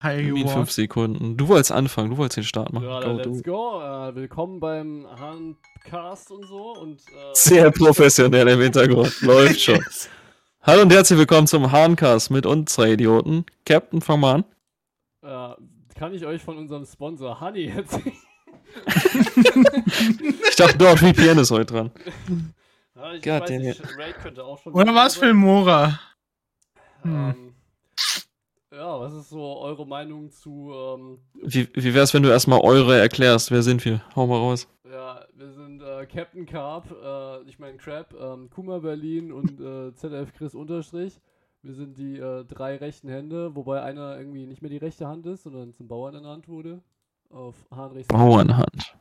In 5 Sekunden. Du wolltest anfangen, du wolltest den Start machen. Ja, let's go. Willkommen beim Handcast und so. Sehr professionell im Hintergrund. Läuft schon. Hallo und herzlich willkommen zum Handcast mit uns zwei Idioten. Captain, fang mal an. Kann ich euch von unserem Sponsor Honey erzählen? Ich dachte, NordVPN ist heute dran. Ja, ich weiß nicht, Raid könnte auch schon. Oder was für Mora? Ja, was ist so eure Meinung zu... Wie wär's, wenn du erstmal eure erklärst? Wer sind wir? Hau mal raus. Ja, wir sind Captain Carp, ich meine Crab, Kuma Berlin und ZF Chris Unterstrich. Wir sind die 3 rechten Hände, wobei einer irgendwie nicht mehr die rechte Hand ist, sondern zum Bauern ernannt wurde. Auf Heinrichs Bauernhand.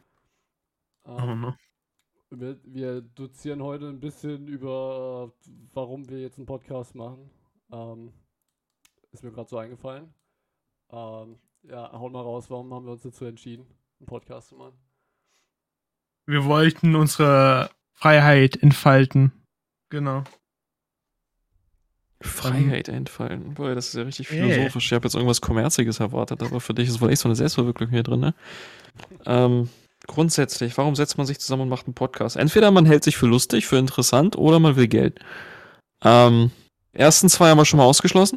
Wir dozieren heute ein bisschen über, warum wir jetzt einen Podcast machen. Ist mir gerade so eingefallen. Ja, haut mal raus, warum haben wir uns dazu entschieden, einen Podcast zu machen? Wir wollten unsere Freiheit entfalten. Genau. Freiheit entfalten. Boah, das ist ja richtig philosophisch. Ich habe jetzt irgendwas Kommerziges erwartet, aber für dich ist wohl echt so eine Selbstverwirklichung hier drin, ne? Grundsätzlich, warum setzt man sich zusammen und macht einen Podcast? Entweder man hält sich für lustig, für interessant, oder man will Geld. Ersten 2 haben wir schon mal ausgeschlossen.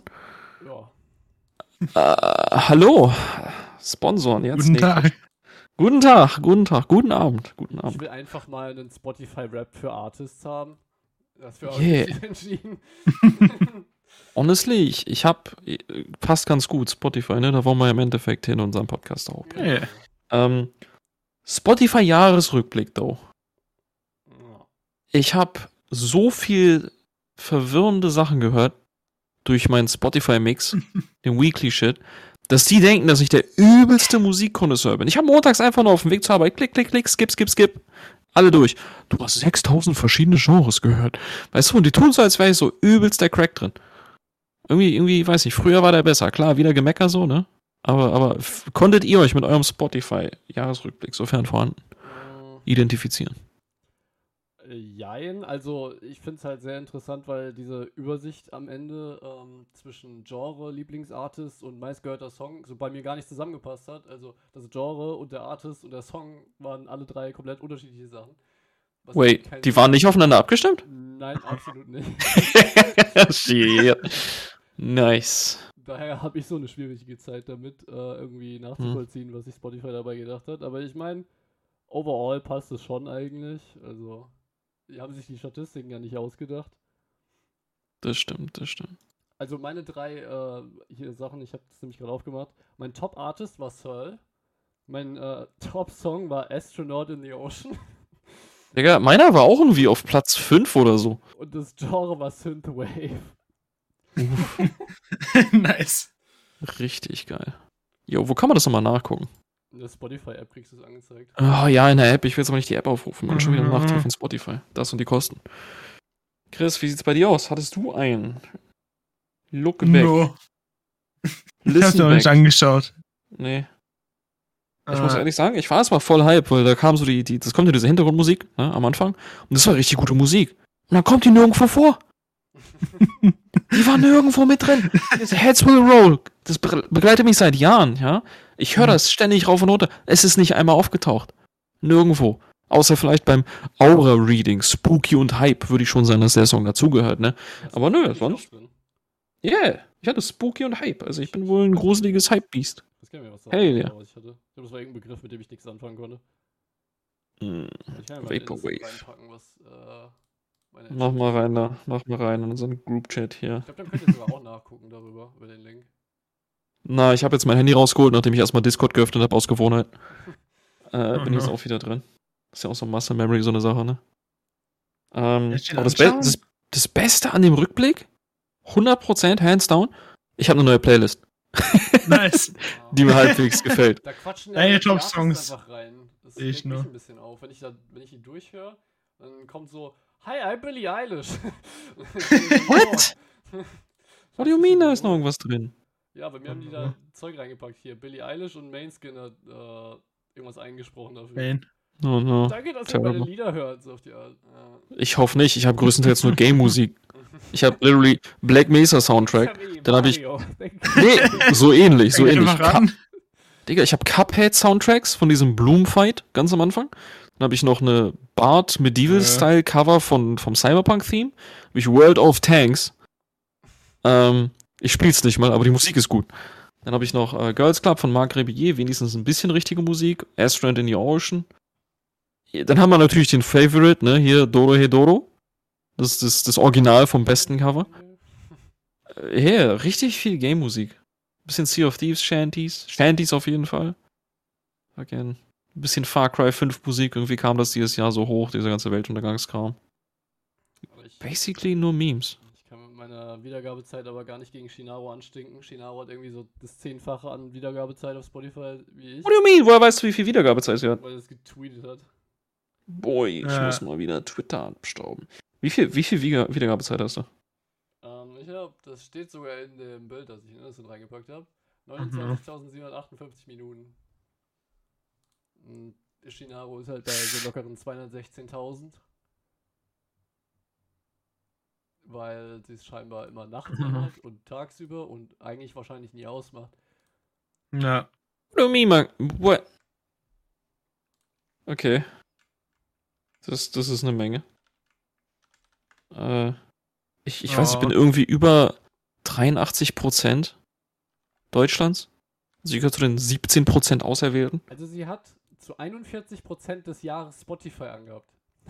Ja. Hallo, Sponsoren jetzt. Guten Tag. Guten Tag, guten Abend. Ich will einfach mal einen Spotify-Rap für Artists haben. Das für euch entschieden. Honestly, ich hab passt ganz gut, Spotify, ne? Da wollen wir im Endeffekt hin unseren Podcast auch. Yeah. Spotify-Jahresrückblick, though. Ja. Ich hab so viel verwirrende Sachen gehört durch meinen Spotify-Mix, den Weekly-Shit, dass die denken, dass ich der übelste Musikkonnoisseur bin. Ich habe montags einfach nur auf dem Weg zur Arbeit, klick, skip, alle durch. Du hast 6000 verschiedene Genres gehört. Weißt du, und die tun so, als wäre ich so übelst der Crack drin. Irgendwie, weiß nicht, früher war der besser. Klar, wieder Gemecker so, ne? Aber konntet ihr euch mit eurem Spotify-Jahresrückblick, sofern vorhanden, identifizieren? Jein, also ich finde es halt sehr interessant, weil diese Übersicht am Ende zwischen Genre, Lieblingsartist und meistgehörter Song so bei mir gar nicht zusammengepasst hat. Also das Genre und der Artist und der Song waren alle 3 komplett unterschiedliche Sachen. Wait, die waren nicht aufeinander abgestimmt? Nein, absolut nicht. Shit. Nice. Daher habe ich so eine schwierige Zeit damit, irgendwie nachzuvollziehen, was sich Spotify dabei gedacht hat. Aber ich meine, overall passt es schon eigentlich. Also, die haben sich die Statistiken ja nicht ausgedacht. Das stimmt. Also meine 3 hier Sachen, ich habe das nämlich gerade aufgemacht. Mein Top-Artist war Searle. Mein Top-Song war Astronaut in the Ocean. Digga, meiner war auch irgendwie auf Platz 5 oder so. Und das Genre war Synthwave. Nice. Richtig geil. Jo, wo kann man das nochmal nachgucken? In der Spotify-App kriegst du es angezeigt. Oh ja, in der App. Ich will jetzt aber nicht die App aufrufen. Man schon wieder einen Nachteil von Spotify. Das und die Kosten. Chris, wie sieht's bei dir aus? Hattest du einen? Look back. No. Ich hab's noch nicht angeschaut. Nee. Ich muss ehrlich sagen, ich war erstmal voll hype, weil da kam so das kommt ja diese Hintergrundmusik, ne, am Anfang. Und das war richtig gute Musik. Und dann kommt die nirgendwo vor. Die war nirgendwo mit drin. Heads will roll. Das begleitet mich seit Jahren, ja. Ich höre das ständig rauf und runter. Es ist nicht einmal aufgetaucht. Nirgendwo. Außer vielleicht beim Aura-Reading, Spooky und Hype, würde ich schon sagen, dass der Song dazugehört, ne? Aber nö, sonst. Yeah, ich hatte Spooky und Hype. Also ich bin wohl ein gruseliges Hype-Beast. Das kann mir was sagen, hey, ja. Ich glaube, das war irgendein Begriff, mit dem ich nichts anfangen konnte. Ich kann ja Vaporwave. Reinpacken, was, mach mal rein in unseren Group-Chat hier. Ich glaube, dann könnt ihr sogar auch nachgucken darüber, über den Link. Na, ich habe jetzt mein Handy rausgeholt, nachdem ich erstmal Discord geöffnet habe, aus Gewohnheit. Bin jetzt auch wieder drin. Ist ja auch so Muscle Memory, so eine Sache, ne? Aber das Beste an dem Rückblick, 100% hands down, ich habe eine neue Playlist. Nice. Die mir halbwegs gefällt. Da quatschen ja die Top-Songs einfach rein. Das regt mich ein bisschen auf. Wenn ich die durchhöre, dann kommt so, hi, I'm Billie Eilish. What? What do you mean, da ist noch irgendwas drin? Ja, bei mir haben die da Zeug reingepackt hier. Billie Eilish und Maneskin hat irgendwas eingesprochen dafür. Man. Oh no. Danke, dass ihr meine Lieder hört, so auf die Art. Ich hoffe nicht, ich habe größtenteils nur Game-Musik. Ich habe literally Black Mesa Soundtrack. Dann habe ich. Nee, so ähnlich. Digga, ich habe Cuphead Soundtracks von diesem Bloom Fight ganz am Anfang. Dann habe ich noch eine Bart Medieval Style Cover vom Cyberpunk Theme. Habe ich World of Tanks. Ich spiel's nicht mal, aber die Musik ist gut. Dann habe ich noch Girls Club von Marc Rebillet, wenigstens ein bisschen richtige Musik. Astronaut in the Ocean. Dann haben wir natürlich den Favorite, ne, hier Doro Hedoro. Das ist das Original vom besten Cover. Richtig viel Game-Musik. Bisschen Sea of Thieves Shanties. Shanties auf jeden Fall. Again. Ein bisschen Far Cry 5 Musik. Irgendwie kam das dieses Jahr so hoch, dieser ganze Weltuntergangskram. Basically nur Memes. Ich kann mit meiner Wiedergabezeit aber gar nicht gegen Shinaro anstinken. Shinaro hat irgendwie so das 10-fache an Wiedergabezeit auf Spotify wie ich. What do you mean? Woher weißt du, wie viel Wiedergabezeit sie hat? Weil er es getweetet hat. Boy, ich muss mal wieder Twitter abstauben. Wie viel Wiedergabezeit hast du? Ich glaube, das steht sogar in dem Bild, das ich in Innocent reingepackt habe. 29.758 Minuten. Und Shinaro ist halt bei so lockeren 216.000. Weil sie es scheinbar immer nachts hat und tagsüber und eigentlich wahrscheinlich nie ausmacht. Ja. What do you mean, man? What? Okay. Das ist eine Menge. Ich weiß, ich bin irgendwie über 83% Deutschlands. Sie gehört zu den 17% Auserwählten. Also sie hat zu 41% des Jahres Spotify angehabt.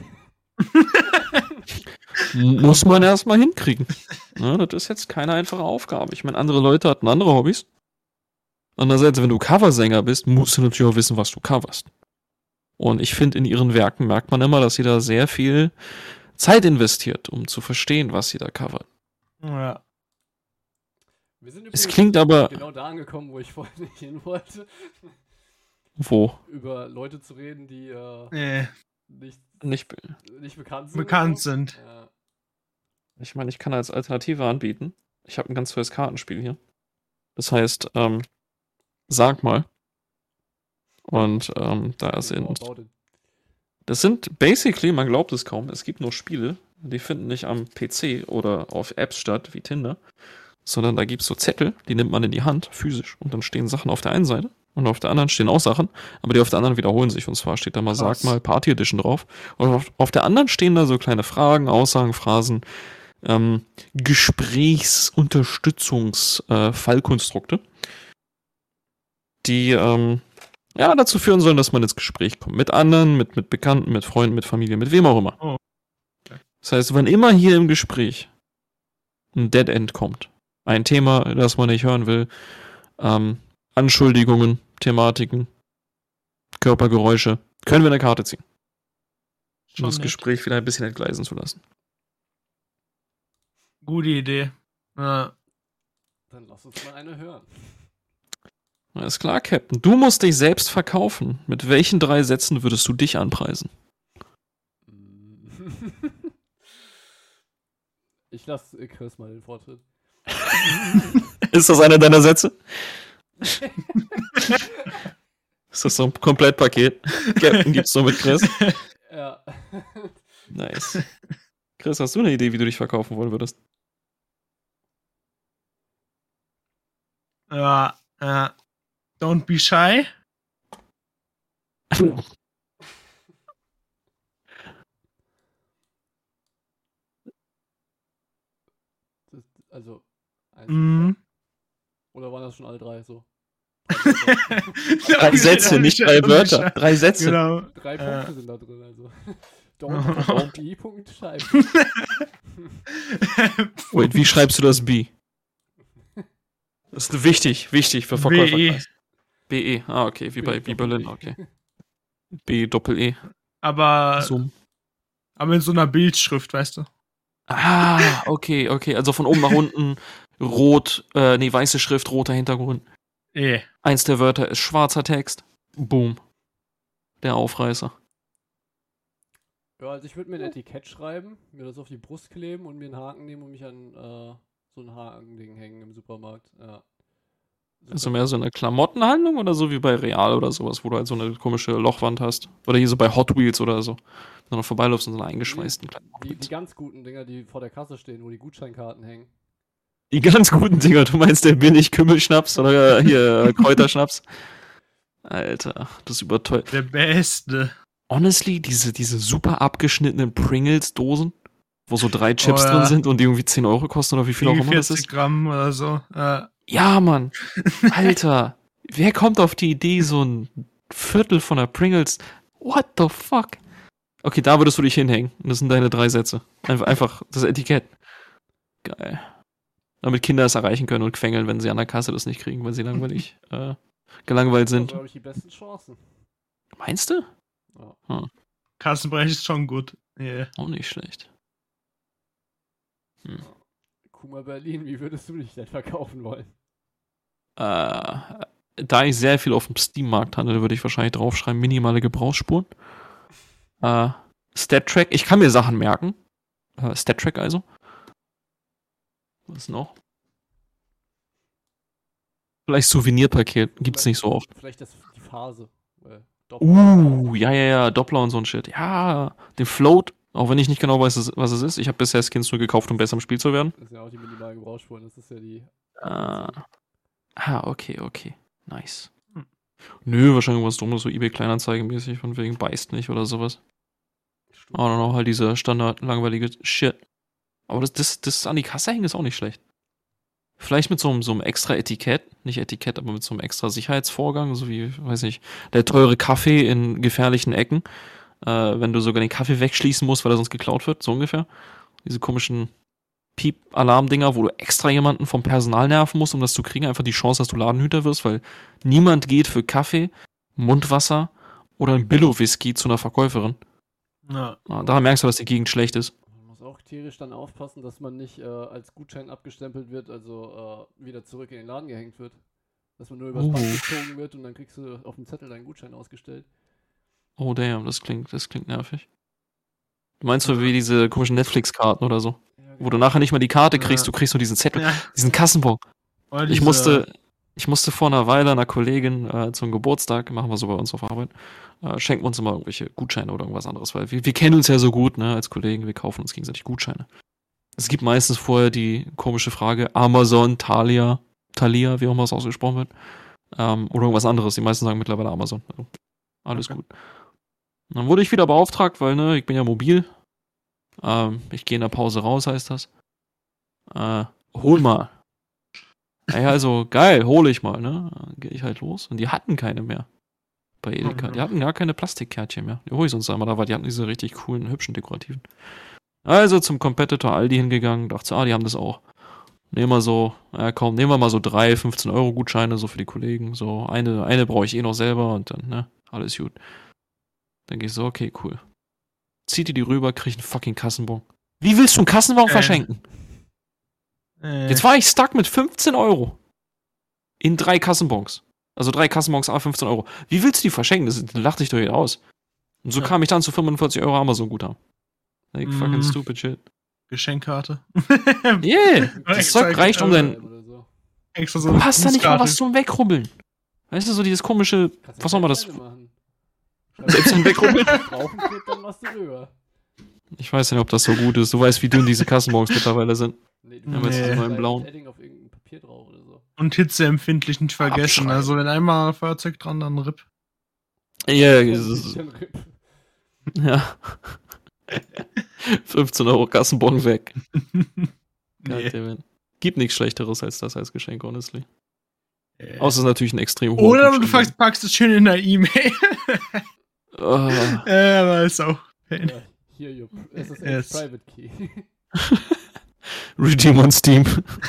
Muss man erstmal hinkriegen. Ja, das ist jetzt keine einfache Aufgabe. Ich meine, andere Leute hatten andere Hobbys. Andererseits, wenn du Coversänger bist, musst du natürlich auch wissen, was du coverst. Und ich finde, in ihren Werken merkt man immer, dass sie da sehr viel Zeit investiert, um zu verstehen, was sie da covert. Ja. Wir sind Es klingt aber genau da angekommen, wo ich vorhin nicht hin wollte. Wo? Über Leute zu reden, die nicht bekannt sind. Ja. Ich meine, ich kann als Alternative anbieten. Ich habe ein ganz tolles Kartenspiel hier. Das heißt, sag mal. Und das sind basically, man glaubt es kaum, es gibt nur Spiele, die finden nicht am PC oder auf Apps statt, wie Tinder, sondern da gibt es so Zettel, die nimmt man in die Hand, physisch, und dann stehen Sachen auf der einen Seite und auf der anderen stehen auch Sachen, aber die auf der anderen wiederholen sich, und zwar steht da mal, sag mal, Party Edition drauf, und auf der anderen stehen da so kleine Fragen, Aussagen, Phrasen, Gesprächsunterstützungs-Fallkonstrukte, die dazu führen sollen, dass man ins Gespräch kommt. Mit anderen, mit Bekannten, mit Freunden, mit Familie, mit wem auch immer. Oh. Okay. Das heißt, wann immer hier im Gespräch ein Dead End kommt, ein Thema, das man nicht hören will, Anschuldigungen, Thematiken, Körpergeräusche, können wir eine Karte ziehen. Um das Gespräch wieder ein bisschen entgleisen zu lassen. Gute Idee. Ja. Dann lass uns mal eine hören. Alles klar, Captain. Du musst dich selbst verkaufen. Mit welchen 3 Sätzen würdest du dich anpreisen? Ich lasse Chris mal den Vortritt. Ist das einer deiner Sätze? Ist das so ein Komplettpaket? Captain gibt's nur mit Chris? Ja. Nice. Chris, hast du eine Idee, wie du dich verkaufen wollen würdest? Ja. Don't be shy. Also, oder waren das schon alle 3 so? 3 Sätze, nicht 3 Wörter. 3 Sätze. Genau. 3 Punkte sind da drin, also. Don't be Punkt schreiben. Wait, wie schreibst du das B? Das ist wichtig für Verkäuferkreis. BE, okay, wie bei Berlin, okay. B Doppel-E. Aber in so einer Bildschrift, weißt du? Okay, also von oben nach unten weiße Schrift, roter Hintergrund. Eins der Wörter ist schwarzer Text. Boom. Der Aufreißer. Ja, also ich würde mir ein Etikett schreiben, mir das auf die Brust kleben und mir einen Haken nehmen und mich an so ein Hakending hängen im Supermarkt. Ja. Also mehr so eine Klamottenhandlung oder so wie bei Real oder sowas, wo du halt so eine komische Lochwand hast? Oder hier so bei Hot Wheels oder so. Wenn du vorbeiläufst und so eine eingeschweißten kleinen Hot Die Wheels. ganz guten Dinger, die vor der Kasse stehen, wo die Gutscheinkarten hängen. Die ganz guten Dinger, du meinst der billig Kümmelschnaps oder hier Kräuterschnaps? Alter, das ist überteuert. Der Beste. Honestly, diese super abgeschnittenen Pringles-Dosen, wo so 3 Chips drin sind und die irgendwie 10 Euro kosten oder wie viel auch immer das 40 ist. Gramm oder so. Ja, Mann. Alter, wer kommt auf die Idee, so ein Viertel von der Pringles? What the fuck? Okay, da würdest du dich hinhängen. Und das sind deine 3 Sätze. Einfach das Etikett. Geil. Damit Kinder es erreichen können und quengeln, wenn sie an der Kasse das nicht kriegen, weil sie gelangweilt sind. Da habe ich die besten Chancen. Meinst du? Ja. Kassenbereich ist schon gut. Yeah. Auch nicht schlecht. Kuma Berlin, wie würdest du dich denn verkaufen wollen? Da ich sehr viel auf dem Steam-Markt handle, würde ich wahrscheinlich draufschreiben, minimale Gebrauchsspuren. Stat-Track, ich kann mir Sachen merken. Stat-Track also. Was noch? Vielleicht Souvenirpaket, gibt's nicht so oft. Vielleicht die Phase. Ja, Doppler und so ein Shit. Ja, den Float, auch wenn ich nicht genau weiß, was es ist. Ich habe bisher Skins nur gekauft, um besser im Spiel zu werden. Das sind ja auch die minimalen Gebrauchsspuren, das ist ja die... Okay. Nice. Nö, wahrscheinlich was Dummes, so eBay Kleinanzeigen-mäßig, von wegen beißt nicht oder sowas. Aber dann auch halt dieser Standard langweilige Shit. Aber das an die Kasse hängen ist auch nicht schlecht. Vielleicht mit so einem extra Etikett, nicht Etikett, aber mit so einem extra Sicherheitsvorgang, so wie, weiß nicht, der teure Kaffee in gefährlichen Ecken, wenn du sogar den Kaffee wegschließen musst, weil er sonst geklaut wird, so ungefähr. Diese komischen Piep-Alarm-Dinger, wo du extra jemanden vom Personal nerven musst, um das zu kriegen, einfach die Chance, dass du Ladenhüter wirst, weil niemand geht für Kaffee, Mundwasser oder ein Billo-Whisky zu einer Verkäuferin. Ja. Da merkst du, dass die Gegend schlecht ist. Man muss auch tierisch dann aufpassen, dass man nicht als Gutschein abgestempelt wird, also wieder zurück in den Laden gehängt wird. Dass man nur übers Band gezogen wird und dann kriegst du auf dem Zettel deinen Gutschein ausgestellt. Oh damn, das klingt nervig. Du meinst so wie diese komischen Netflix-Karten oder so? Ja, genau. Wo du nachher nicht mal die Karte kriegst, du kriegst nur diesen Zettel, diesen Kassenbon. Ich musste vor einer Weile einer Kollegin zum Geburtstag, machen wir so bei uns auf Arbeit, schenken wir uns immer irgendwelche Gutscheine oder irgendwas anderes, weil wir kennen uns ja so gut, ne, als Kollegen, wir kaufen uns gegenseitig Gutscheine. Es gibt meistens vorher die komische Frage, Amazon, Thalia, wie auch immer es ausgesprochen wird, oder irgendwas anderes. Die meisten sagen mittlerweile Amazon. Also, alles gut. Und dann wurde ich wieder beauftragt, weil, ne, ich bin ja mobil. Ich gehe in der Pause raus, heißt das. Hol mal. Ja, also, geil, hole ich mal, ne? Dann gehe ich halt los. Und die hatten keine mehr. Bei Edeka. Die hatten gar keine Plastikkärtchen mehr. Die hole ich sonst einmal da, weil die hatten diese richtig coolen, hübschen, dekorativen. Also zum Competitor Aldi hingegangen, dachte so, die haben das auch. Nehmen wir mal so 3 15-Euro-Gutscheine so für die Kollegen. So, eine brauche ich noch selber und dann, ne, alles gut. Dann gehe ich so, okay, cool. Zieht die rüber, krieg einen fucking Kassenbon. Wie willst du einen Kassenbon verschenken? Jetzt war ich stuck mit 15 Euro. In 3 Kassenbons. Also 3 Kassenbons, 15 Euro. Wie willst du die verschenken? Das lacht dich doch hier aus. Und so kam ich dann zu 45 Euro Amazon-Guthaben. Like fucking stupid shit. Geschenkkarte. Yeah, das Zeug reicht um dein... Extra so du hast da nicht mal was zum Wegrubbeln. Weißt du, so dieses komische... Was soll man das... Selbst ein Wegrubbeln? Dann machst du rüber. Ich weiß nicht, ob das so gut ist. Du weißt, wie dünn diese Kassenbons mittlerweile sind. Nee, du hast so einen blauen. Auf irgendein Papier drauf oder so. Und hitzeempfindlich nicht vergessen. Also wenn einmal Feuerzeug dran, dann RIP. Ja, ja. 15 Euro Kassenbon weg. Nee. Gibt nichts Schlechteres als das als Geschenk, honestly. Außer es ist natürlich ein extrem hoher oder du packst es schön in der E-Mail. Aber ist auch pain. Ja, hier, SSH Private Key. Redeem on Steam.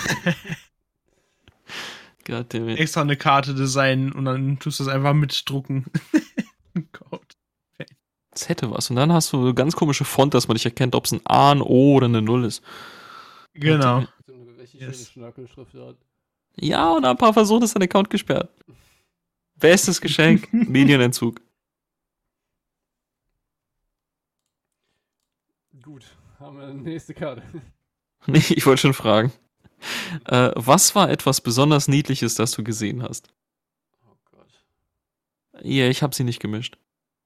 Goddammit. Extra eine Karte designen und dann tust du es einfach mitdrucken. Gott. Das hätte was. Und dann hast du eine ganz komische Font, dass man nicht erkennt, ob es ein A, ein O oder eine 0 ist. Genau. So eine richtig schöne Schnörkelschrift hat. Ja, und ein paar Personen ist dein Account gesperrt. Bestes Geschenk, Medienentzug. Gut, haben wir eine nächste Karte. Nee, ich wollte schon fragen. Was war etwas besonders Niedliches, das du gesehen hast? Oh Gott. Ja, ich habe sie nicht gemischt.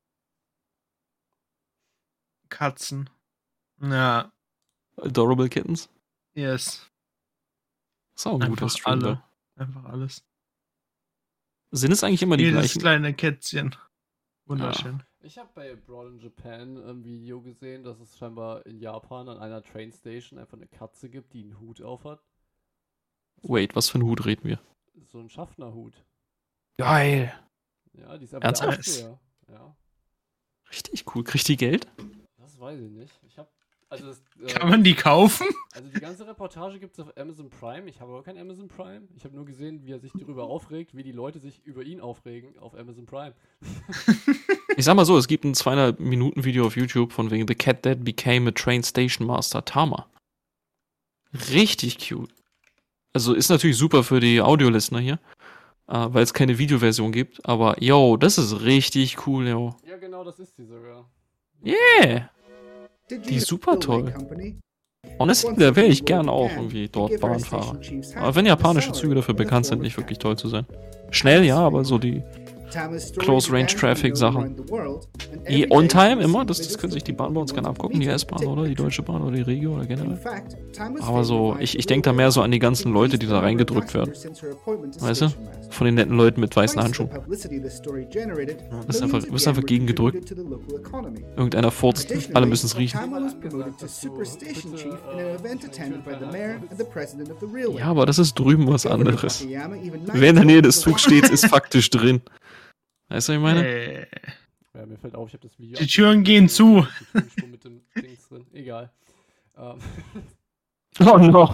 Katzen. Ja, Adorable Kittens? yes. Ist auch ein guter Einfach Stream, alle. da. Einfach alles. Sind es eigentlich immer die Jedes gleichen? kleine Kätzchen. Wunderschön. Ich habe bei Brawl in Japan ein Video gesehen, dass es scheinbar in Japan an einer Trainstation einfach eine Katze gibt, die einen Hut aufhat. Wait, was für ein Hut reden wir? So ein Schaffnerhut. Geil. Ja, die ist aber Ernsthaft? auch schwer. Ja, Richtig cool. Kriegt die Geld? das weiß ich nicht. Ich habe also Kann man die kaufen? also die ganze Reportage gibt es auf Amazon Prime. Ich habe aber kein Amazon Prime. Ich habe nur gesehen, wie er sich darüber aufregt, wie die Leute sich über ihn aufregen auf Amazon Prime. Ich sag mal so, es gibt ein 200-Minuten-Video auf YouTube von wegen The Cat That Became a Train Station Master, Tama. Richtig cute. Also ist natürlich super für die Audio-Listener hier, weil es keine Videoversion gibt, aber yo, das ist richtig cool, yo. Ja, genau, das ist sie sogar. Yeah! Die ist super toll. Honestly, da wäre ich gern auch irgendwie dort Bahnfahrer. Aber wenn japanische Züge dafür bekannt sind, nicht wirklich toll zu sein. Schnell, ja, aber so die Close-Range-Traffic-Sachen. On-Time immer, das können sich die Bahn bei uns gerne abgucken, die S-Bahn oder die Deutsche Bahn oder die Regio oder generell. Aber so, ich denke da mehr so an die ganzen Leute, die da reingedrückt werden. Weißt du? Von den netten Leuten mit weißen Handschuhen. Bist einfach gegengedrückt. Irgendeiner furzt, alle müssen es riechen. Ja, aber das ist drüben was anderes. Wer in der Nähe des Zugs steht, ist faktisch drin. Weißt du, was ich meine? Ja, mir fällt auf, ich habe das Video. Die Türen gehen zu. Mit dem Dings drin. Egal. Oh no.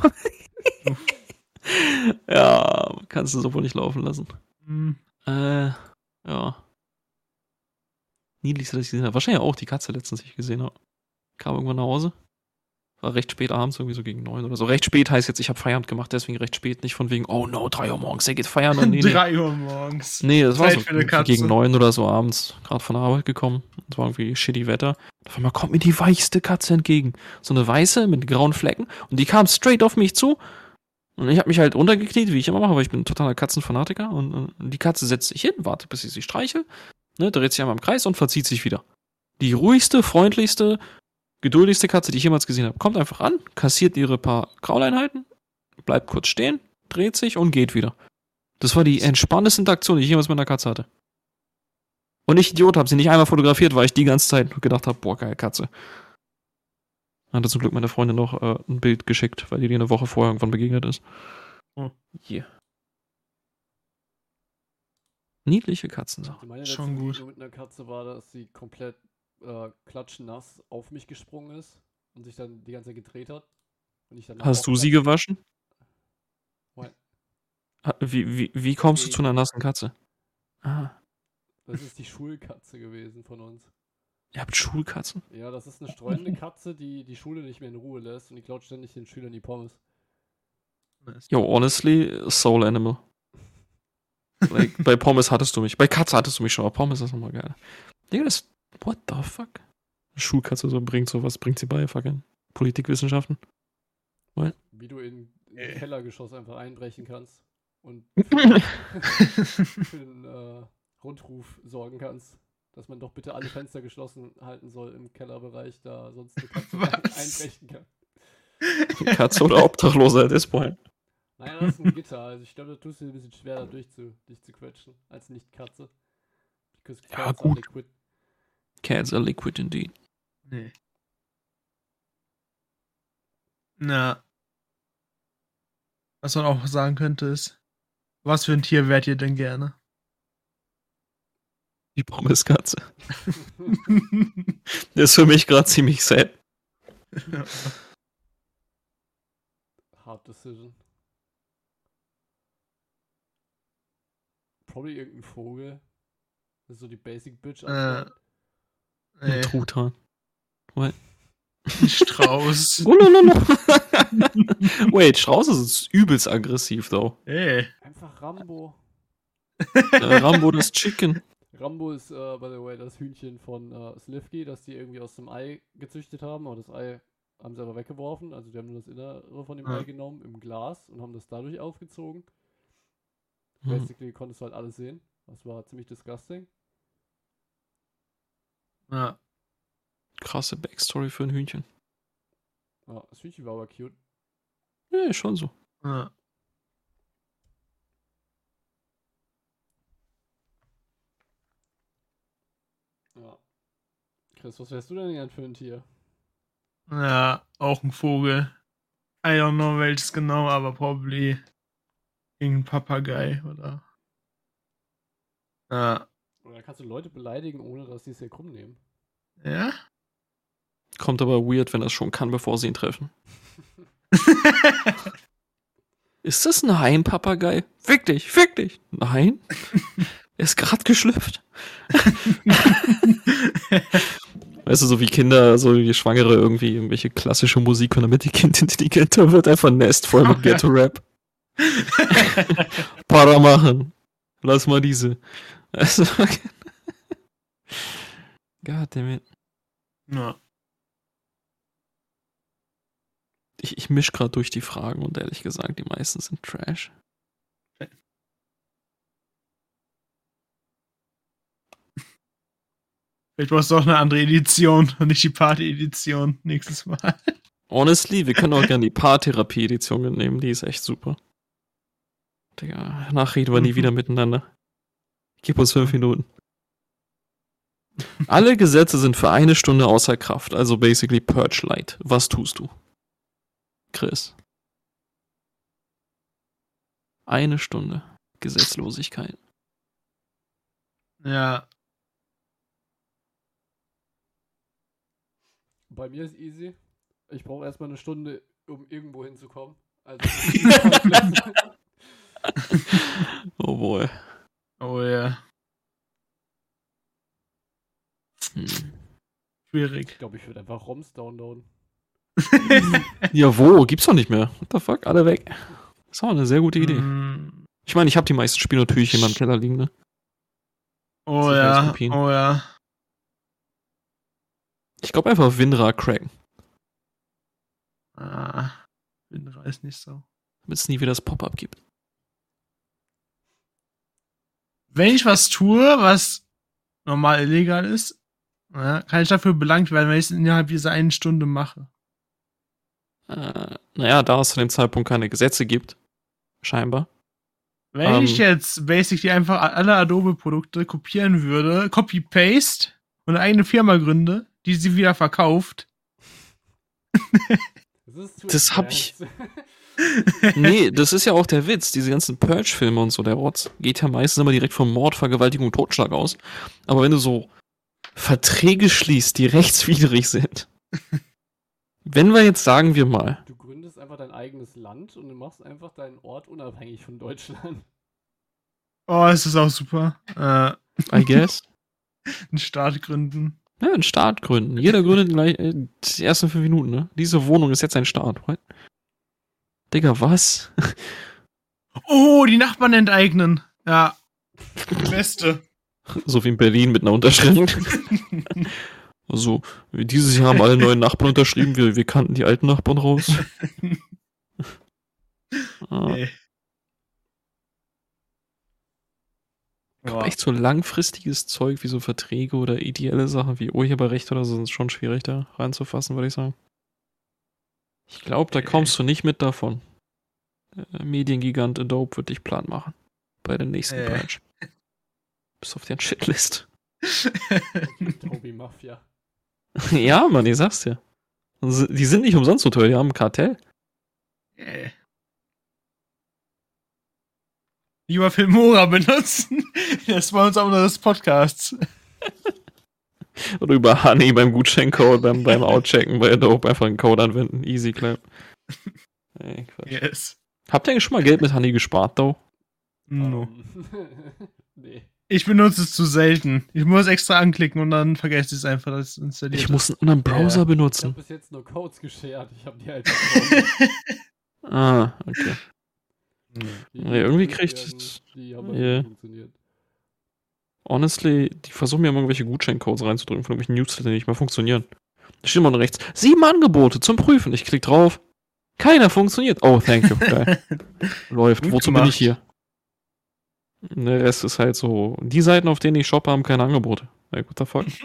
Ja, kannst du so wohl nicht laufen lassen. Hm. Ja. Niedlichste, das ich gesehen habe. Wahrscheinlich auch die Katze letztens, die ich gesehen habe. Kam irgendwann nach Hause. War recht spät abends, irgendwie so gegen 9 oder so. Recht spät heißt jetzt, ich habe Feierabend gemacht, deswegen recht spät. Nicht von wegen, oh no, 3 Uhr morgens, er geht feiern. Nee, 3 Uhr morgens. Nee, das war Zeit so für eine Katze. gegen 9 oder so abends. Gerade von der Arbeit gekommen. Es war irgendwie shitty Wetter. Auf einmal kommt mir die weichste Katze entgegen. So eine weiße mit grauen Flecken. Und die kam straight auf mich zu. Und ich habe mich halt runtergekniet, wie ich immer mache, weil ich bin ein totaler Katzenfanatiker. Und die Katze setzt sich hin, wartet, bis ich sie streichel, ne, dreht sich einmal im Kreis und verzieht sich wieder. Die ruhigste, freundlichste, geduldigste Katze, die ich jemals gesehen habe. Kommt einfach an, kassiert ihre paar Krauleinheiten, bleibt kurz stehen, dreht sich und geht wieder. Das war die entspannteste Interaktion, die ich jemals mit einer Katze hatte. Und ich, Idiot, habe sie nicht einmal fotografiert, weil ich die ganze Zeit gedacht habe, boah, geile Katze. Hatte zum Glück meine Freundin noch ein Bild geschickt, weil die eine Woche vorher irgendwann begegnet ist. Oh. Yeah. Niedliche Katzensachen. Meine Schon letzte gut. Video mit einer Katze war, dass sie komplett klatschnass auf mich gesprungen ist und sich dann die ganze Zeit gedreht hat. Und ich dann Hast du sie gewaschen? What? Wie kommst du zu einer nassen Katze? Ah, Das ist die Schulkatze gewesen von uns. ihr habt Schulkatzen? Ja, das ist eine streunende Katze, die die Schule nicht mehr in Ruhe lässt und die klaut ständig den Schülern die Pommes. Yo, honestly, Soul Animal. Like, bei Pommes hattest du mich. Bei Katze hattest du mich schon, aber Pommes ist nochmal geil. Digga, das. What the fuck? Eine Schulkatze bringt sie bei, fucking Politikwissenschaften. Wie du in den Kellergeschoss einfach einbrechen kannst und für den Rundruf sorgen kannst, dass man doch bitte alle Fenster geschlossen halten soll im Kellerbereich, da sonst eine Katze Was? einbrechen kann. Katze oder Obdachloser at this point. Naja, das ist ein Gitter, also ich glaube, da tust du dir ein bisschen schwer, da dich zu quetschen, als Nicht-Katze. Because Ja, cats are gut. liquid. Cats are liquid indeed. Nee. Na. Was man auch sagen könnte ist, was für ein Tier wärt ihr denn gerne? Die Pommeskatze. Der ist für mich gerade ziemlich sad. Hard decision. Probably irgendein Vogel. Das ist so die Basic Bitch. Ein Nee, Truthahn. ein Strauß. Wait, Strauß ist übelst aggressiv, though. Ey. Einfach Rambo. Rambo das Chicken. Rambo ist, by the way, das Hühnchen von Slivki, das die irgendwie aus dem Ei gezüchtet haben, aber das Ei haben sie aber weggeworfen. Also die haben nur das Innere von dem Ja. Ei genommen im Glas und haben das dadurch aufgezogen. Hm. Basically konntest du halt alles sehen. Das war ziemlich disgusting. Ja. Krasse Backstory für ein Hühnchen. Ja, das Hühnchen war aber cute. Ja, schon so. Ja. Ja. Chris, was wärst du denn gern für ein Tier? Ja, auch ein Vogel. I don't know welches genau, aber probably irgendein Papagei oder. Ja. Oder kannst du Leute beleidigen, ohne dass sie es dir krumm nehmen? Ja? Kommt aber weird, wenn er es schon kann, bevor sie ihn treffen. Ist das ein Heimpapagei? Fick dich, fick dich. Nein. Er ist gerade geschlüpft. Weißt du, so wie Kinder, so wie Schwangere irgendwie irgendwelche klassische Musik, und damit die Kind intelligenter wird, einfach ein Nest voll mit Oh, ja. Ghetto-Rap. Para machen. Lass mal diese. Also, goddammit. Ja. Ich misch gerade durch die Fragen und ehrlich gesagt, die meisten sind Trash. Vielleicht brauchst du auch eine andere Edition und nicht die Party-Edition nächstes Mal. Honestly, wir können auch gerne die Paartherapie-Edition mitnehmen, die ist echt super. Digga, danach reden wir nie wieder miteinander. Gib uns 5 Minuten. Alle Gesetze sind für 1 Stunde außer Kraft, also basically Purge Light. Was tust du? Chris. 1 Stunde Gesetzlosigkeit. Ja. Bei mir ist easy. Ich brauche erstmal eine Stunde, um irgendwo hinzukommen. Also Oh boy. Oh ja. Hm. ich Schwierig. glaube, ich würde einfach ROMs downloaden. Ja, wo? Gibt's doch nicht mehr. What the fuck? Alle weg. Das war eine sehr gute Idee. Mm. Ich meine, ich habe die meisten Spiele natürlich in meinem Keller liegen, ne? Oh Sicher als ja. Kopien. Oh ja. Ich glaube einfach WinRAR cracken, Ah. Windra ist nicht so. damit es nie wieder das Pop-Up gibt. Wenn ich was tue, was normal illegal ist, ja, kann ich dafür belangt werden, wenn ich es innerhalb dieser 1 Stunde mache. Naja, da es zu dem Zeitpunkt keine Gesetze gibt, scheinbar. Wenn ich jetzt basically einfach alle Adobe-Produkte kopieren würde, Copy-Paste und eine eigene Firma gründe, die sie wieder verkauft. Das hab ich- Nee, das ist ja auch der Witz. Diese ganzen Purge-Filme und so, der Rotz, geht ja meistens immer direkt von Mord, Vergewaltigung und Totschlag aus. Aber wenn du so Verträge schließt, die rechtswidrig sind. Wenn wir jetzt, sagen wir mal, Du gründest einfach dein eigenes Land und du machst einfach deinen Ort unabhängig von Deutschland. Oh, es ist auch super. I guess, Einen Staat gründen. ja, einen Staat gründen. Jeder gründet gleich die ersten 5 Minuten, ne? Diese Wohnung ist jetzt ein Staat. What? Digga, was? Oh, die Nachbarn enteignen. Ja. Die Beste. So wie in Berlin mit einer Unterschrift. Also, dieses Jahr haben alle neuen Nachbarn unterschrieben, wir kannten die alten Nachbarn raus. Ey. Ich glaube, echt so langfristiges Zeug wie so Verträge oder ideelle Sachen wie Urheberrecht oder so sind schon schwierig da reinzufassen, würde ich sagen. Ich glaube, da kommst du nicht mit davon. Mediengigant Adobe wird dich plan machen. Bei der nächsten Purge. Bist auf der Shitlist. Toby Mafia. Ja, Mann, ich sag's dir. Die sind nicht umsonst so teuer, die haben ein Kartell. Lieber Filmora benutzen. Das war uns auch unter des Podcasts. Oder über Honey beim Gutscheincode, beim Outchecken bei Adobe einfach einen Code anwenden. Easy clap. Ey, Quatsch. Yes. Habt ihr eigentlich schon mal Geld mit Honey gespart, though? No. Nee. Ich benutze es zu selten. Ich muss extra anklicken und dann vergesse ich es einfach, dass es installiert Ich muss einen anderen Browser Ich habe benutzen. bis jetzt nur Codes geshared. Ich habe die halt verkauft. Ah, okay. ist. Nee, irgendwie geprüft kriegt- werden, die haben Yeah. nicht funktioniert. Honestly, die versuchen mir immer irgendwelche Gutscheincodes reinzudrücken von irgendwelchen Newsletter, die nicht mehr funktionieren. Da steht mal rechts, 7 Angebote zum Prüfen. Ich klick drauf. Keiner funktioniert. Oh, thank you. Geil. Läuft. Gut Wozu bin ich hier? Der Rest ist halt so. Die Seiten, auf denen ich shoppe, haben keine Angebote. Ja, gut, der fuck.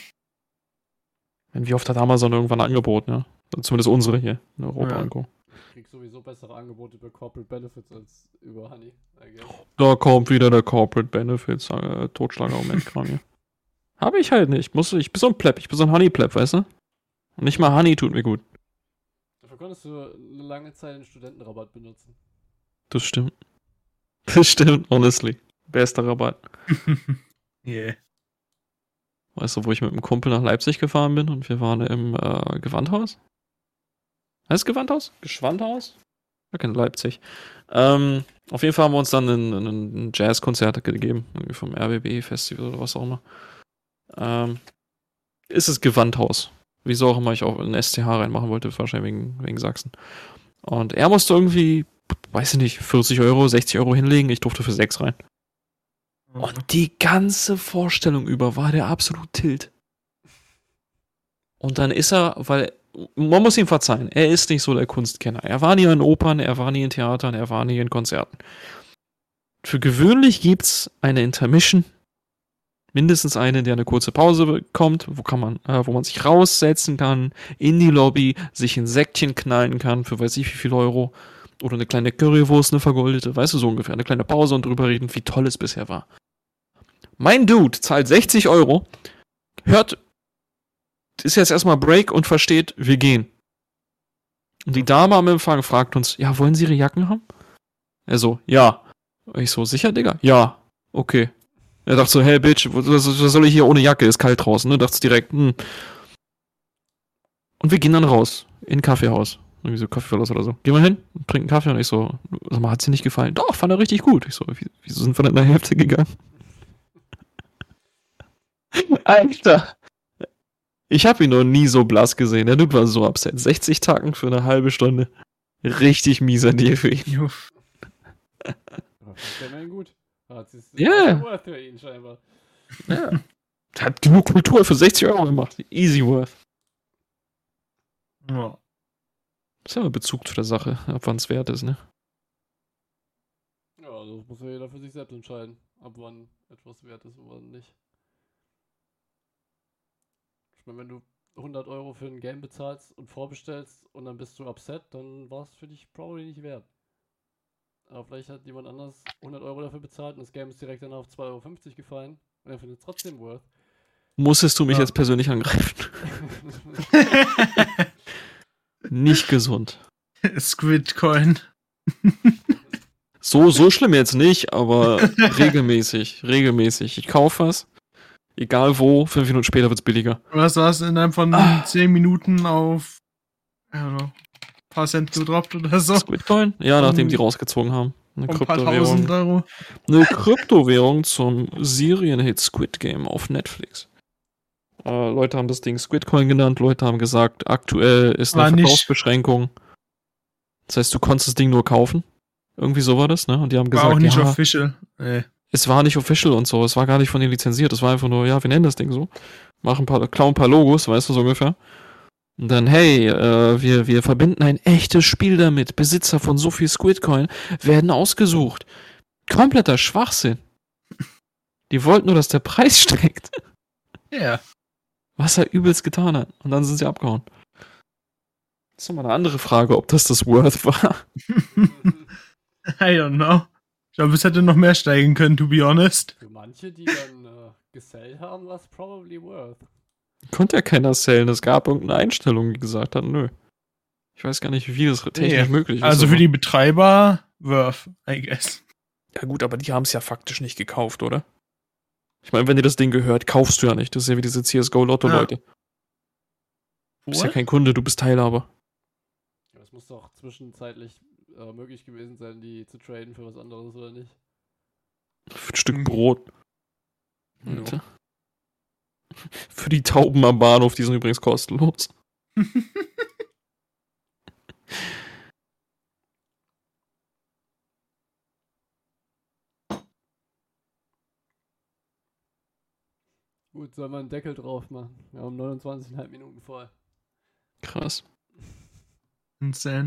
Wie oft hat Amazon irgendwann ein Angebot, ne? Zumindest unsere hier in Europa und Co. Ich krieg sowieso bessere Angebote über Corporate Benefits als über Honey. Da kommt wieder der Corporate Benefits, Totschlagargument kram hier. Habe ich halt nicht. Ich bin so ein Pleb, ich bin so ein Honey-Pleb, weißt du? Und nicht mal Honey tut mir gut. Dafür konntest du eine lange Zeit den Studentenrabatt benutzen. Das stimmt. Das stimmt, honestly. Bester Rabatt. Yeah. Weißt du, wo ich mit einem Kumpel nach Leipzig gefahren bin und wir waren im Gewandhaus? Heißt Gewandhaus? Geschwandhaus? Ja, kein Leipzig. Auf jeden Fall haben wir uns dann ein Jazzkonzert gegeben. Irgendwie vom RBB-Festival oder was auch immer. Ist es Gewandhaus. Wieso auch immer ich auch in STH reinmachen wollte, wahrscheinlich wegen Sachsen. Und er musste irgendwie, weiß ich nicht, 40 Euro, 60 Euro hinlegen. Ich durfte für 6 rein. Und die ganze Vorstellung über war der absolut Tilt. Und dann ist er, weil, man muss ihm verzeihen, er ist nicht so der Kunstkenner. Er war nie in Opern, er war nie in Theatern, er war nie in Konzerten. Für gewöhnlich gibt's eine Intermission, mindestens eine, der eine kurze Pause bekommt, wo man sich raussetzen kann, in die Lobby, sich ein Säckchen knallen kann, für weiß ich wie viel Euro, oder eine kleine Currywurst, eine vergoldete, weißt du, so ungefähr, eine kleine Pause und drüber reden, wie toll es bisher war. Mein Dude zahlt 60 Euro, ist jetzt erstmal Break und versteht, wir gehen. Und die Dame am Empfang fragt uns, ja, wollen Sie Ihre Jacken haben? Er so, ja. Ich so, sicher, Digga? Ja. Okay. Er dachte so, hey, Bitch, was soll ich hier ohne Jacke? Ist kalt draußen, ne? Dachte direkt, Und wir gehen dann raus, in ein Kaffeehaus. Irgendwie so Kaffeeverlass oder so. Gehen wir hin, trinken Kaffee und ich so, sag mal, hat sie nicht gefallen? Doch, fand er richtig gut. Ich so, wieso sind wir denn in der Hälfte gegangen? Alter. Ich habe ihn noch nie so blass gesehen. Der Dude war so upset. 60 Tacken für eine halbe Stunde. Richtig mieser Deal für ihn. Juff. Aber fand der gut. Ja. Worth für ihn scheinbar. Ja. Der hat genug Kultur für 60 Euro gemacht. Easy worth. Ja. Das ist aber Bezug zu der Sache, ab wann es wert ist, ne? Ja, das muss ja jeder für sich selbst entscheiden, ab wann etwas wert ist und wann nicht. Ich meine, wenn du 100 Euro für ein Game bezahlst und vorbestellst und dann bist du upset, dann war es für dich probably nicht wert. Aber vielleicht hat jemand anders 100 Euro dafür bezahlt und das Game ist direkt dann auf 2,50 Euro gefallen und er findet es trotzdem worth. Musstest du mich jetzt persönlich angreifen? Nicht gesund. Squid Coin. So schlimm jetzt nicht, aber regelmäßig. Ich kaufe was, egal wo, 5 Minuten später wird's billiger. Was war's innerhalb von 10 Minuten auf ein paar Cent gedroppt oder so? Squidcoin? Ja, nachdem die rausgezogen haben. Eine ein paar tausend Euro. Eine Kryptowährung zum Serienhit Squid Game auf Netflix. Leute haben das Ding Squidcoin genannt, Leute haben gesagt, aktuell ist eine Verkaufsbeschränkung. Das heißt, du konntest das Ding nur kaufen. Irgendwie so war das, ne? Und die haben gesagt, war auch nicht official. Es war nicht official und so, es war gar nicht von denen lizenziert, es war einfach nur, ja, wir nennen das Ding so. Klauen ein paar Logos, weißt du, so ungefähr. Und dann, hey, wir verbinden ein echtes Spiel damit. Besitzer von so viel Squidcoin werden ausgesucht. Kompletter Schwachsinn. Die wollten nur, dass der Preis steigt. Ja. Was er übelst getan hat. Und dann sind sie abgehauen. Das ist nochmal eine andere Frage, ob das Worth war. I don't know. Ich glaube, es hätte noch mehr steigen können, to be honest. Für manche, die dann gesellt haben, war es probably worth. Konnte ja keiner sellen. Es gab irgendeine Einstellung, die gesagt hat, nö. Ich weiß gar nicht, wie das technisch möglich ist. Also für die Betreiber, worth, I guess. Ja gut, aber die haben es ja faktisch nicht gekauft, oder? Ich meine, wenn dir das Ding gehört, kaufst du ja nicht. Das ist ja wie diese CSGO-Lotto-Leute. Du bist ja kein Kunde, du bist Teilhaber. Ja, es muss doch zwischenzeitlich möglich gewesen sein, die zu traden für was anderes, oder nicht? Für ein Stück Brot. Alter. Für die Tauben am Bahnhof, die sind übrigens kostenlos. Gut, soll man einen Deckel drauf machen. Wir haben 29,5 Minuten voll. Krass. Insane.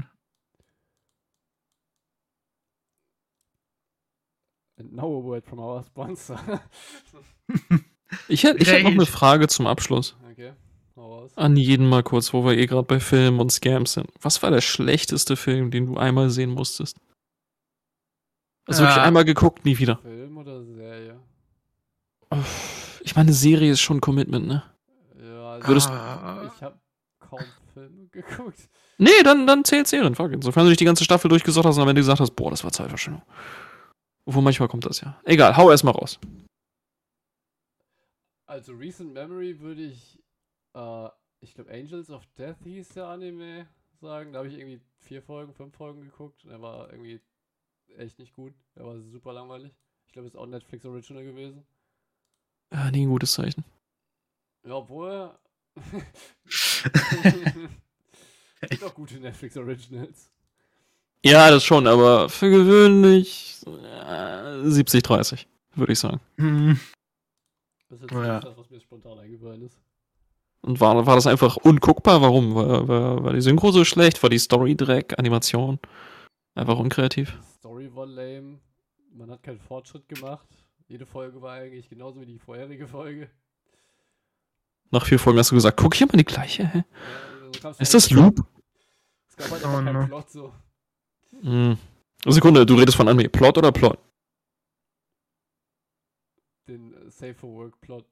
And now a word from our sponsor. Ich hätte noch eine Frage zum Abschluss. Okay, hau raus. An jeden mal kurz, wo wir gerade bei Filmen und Scams sind. Was war der schlechteste Film, den du einmal sehen musstest? Also wirklich einmal geguckt, nie wieder. Film oder Serie? Ich meine, Serie ist schon ein Commitment, ne? Ja, also Würdest- ich habe kaum Filme geguckt. Nee, dann zählt Serien. Fuck. Insofern du dich die ganze Staffel durchgesucht hast und am Ende gesagt hast, boah, das war Zeitverschwendung. Obwohl manchmal kommt das ja. Egal, hau erst mal raus. Also Recent Memory würde ich glaube Angels of Death hieß der Anime sagen. Da habe ich irgendwie 5 Folgen geguckt. Und er war irgendwie echt nicht gut. Er war super langweilig. Ich glaube, es ist auch Netflix Original gewesen. Nie ein gutes Zeichen. Ja, obwohl es gibt auch gute Netflix Originals. Ja, das schon, aber für gewöhnlich 70-30, würde ich sagen. Das ist jetzt Ja. das, was mir spontan eingefallen ist. Und war das einfach unguckbar? Warum? War die Synchro so schlecht? War die Story Dreck? Animation? Einfach unkreativ? Die Story war lame. Man hat keinen Fortschritt gemacht. Jede Folge war eigentlich genauso wie die vorherige Folge. Nach 4 Folgen hast du gesagt, guck hier mal die gleiche, hä? Ja, so kam's Ist mir das Loop? Es gab halt Oh einfach keinen no. Plot so. Sekunde, du redest von Anime. Plot oder Plot? Den Safe for Work Plot.